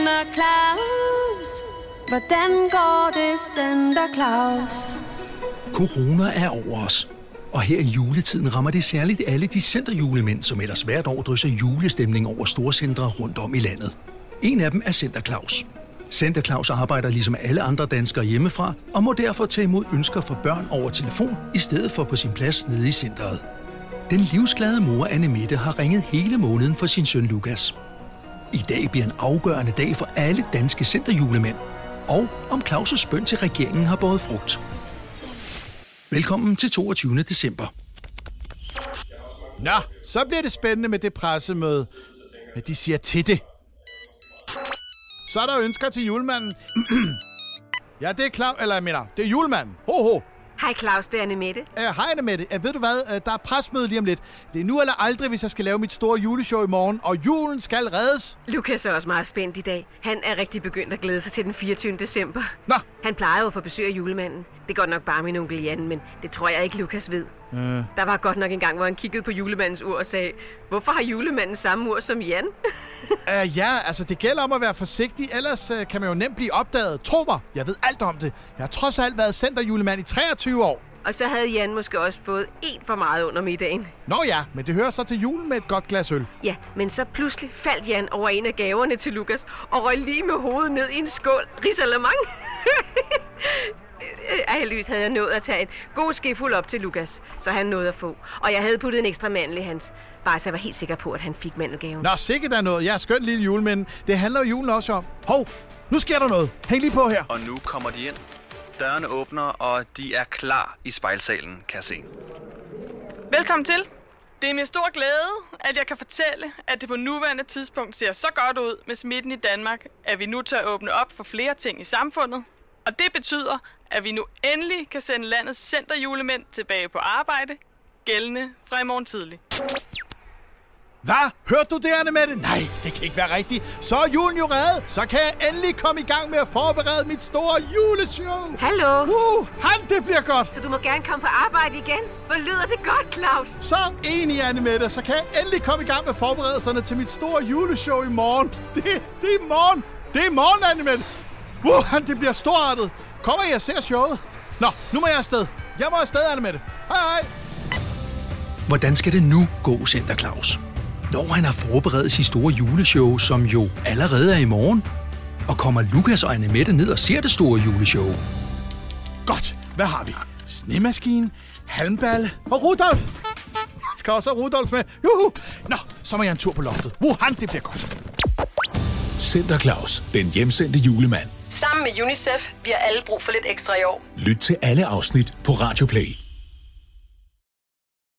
Santa Claus? Hvordan går det, Santa Claus? Corona er over os, og her i juletiden rammer det særligt alle de centerjulemænd, som ellers hvert år drysser julestemning over storcentre rundt om i landet. En af dem er Santa Claus. Santa Claus arbejder ligesom alle andre danskere hjemmefra, og må derfor tage imod ønsker fra børn over telefon, i stedet for på sin plads nede i centret. Den livsglade mor Annemette har ringet hele måneden for sin søn Lukas. I dag bliver en afgørende dag for alle danske centerjulemænd, og om Claus' bøn til regeringen har båret frugt. Velkommen til 22. december. Nå, så bliver det spændende med det pressemøde. Men de siger til det. Så er der ønsker til julemanden. Ja, det er Claus, eller jeg mener, det er julemanden. Ho, ho. Hej Claus, det er Annemette. Hej Annemette. Ved du hvad, der er pressemøde lige om lidt. Det er nu eller aldrig, hvis jeg skal lave mit store juleshow i morgen, og julen skal reddes. Lukas er også meget spændt i dag. Han er rigtig begyndt at glæde sig til den 24. december. Nå. Han plejer jo at få besøg af julemanden. Det går nok bare min onkel Jan, men det tror jeg ikke, Lukas ved. Der var godt nok en gang, hvor han kiggede på julemandens ur og sagde, hvorfor har julemanden samme ur som Jan? Ja, altså det gælder om at være forsigtig, ellers kan man jo nemt blive opdaget. Tro mig, jeg ved alt om det. Jeg har trods alt været centerjulemand i 23 år. Og så havde Jan måske også fået en for meget under middagen. Nå ja, men det hører så til julen med et godt glas øl. Ja, men så pludselig faldt Jan over en af gaverne til Lukas og røg lige med hovedet ned i en skål risalemang. Heldigvis havde jeg nået at tage en god skefuld op til Lukas, så han nåede at få. Og jeg havde puttet en ekstra mandel i hans, bare så jeg var helt sikker på, at han fik mandelgaven. Nå, sikkert der noget. Jeg er skønt lille julemænd. Det handler jo julen også om. Hov, nu sker der noget. Hæng lige på her. Og nu kommer de ind. Dørene åbner, og de er klar i spejlsalen, kan jeg se. Velkommen til. Det er med stor glæde, at jeg kan fortælle, at det på nuværende tidspunkt ser så godt ud med smitten i Danmark, at vi nu tør åbne op for flere ting i samfundet. Og det betyder, at vi nu endelig kan sende landets centerjulemænd tilbage på arbejde, gældende fra i morgen tidlig. Hvad? Hørte du det, Annemette? Nej, det kan ikke være rigtigt. Så er julen jo reddet. Så kan jeg endelig komme i gang med at forberede mit store juleshow. Hallo? Det bliver godt. Så du må gerne komme på arbejde igen. Hvor lyder det godt, Claus? Så enig, Annemette. Så kan jeg endelig komme i gang med forberedelserne til mit store juleshow i morgen. Det er i morgen. Det er i morgen, Annemette. Det bliver storartet. Kommer I og ser showet? Nå, nu må jeg afsted. Jeg må afsted, Annemette. Hej, hej. Hvordan skal det nu gå, Santa Claus? Når han har forberedt sit store juleshow, som jo allerede er i morgen? Og kommer Lukas og Annemette ned og ser det store juleshow? Godt. Hvad har vi? Snemaskine, halmballe og Rudolf. Skal også have Rudolf med. Juhu. Nå, så må jeg en tur på loftet. Det bliver godt. Santa Claus, den hjemsendte julemand. Sammen med UNICEF bliver alle brug for lidt ekstra i år. Lyt til alle afsnit på Radio Play.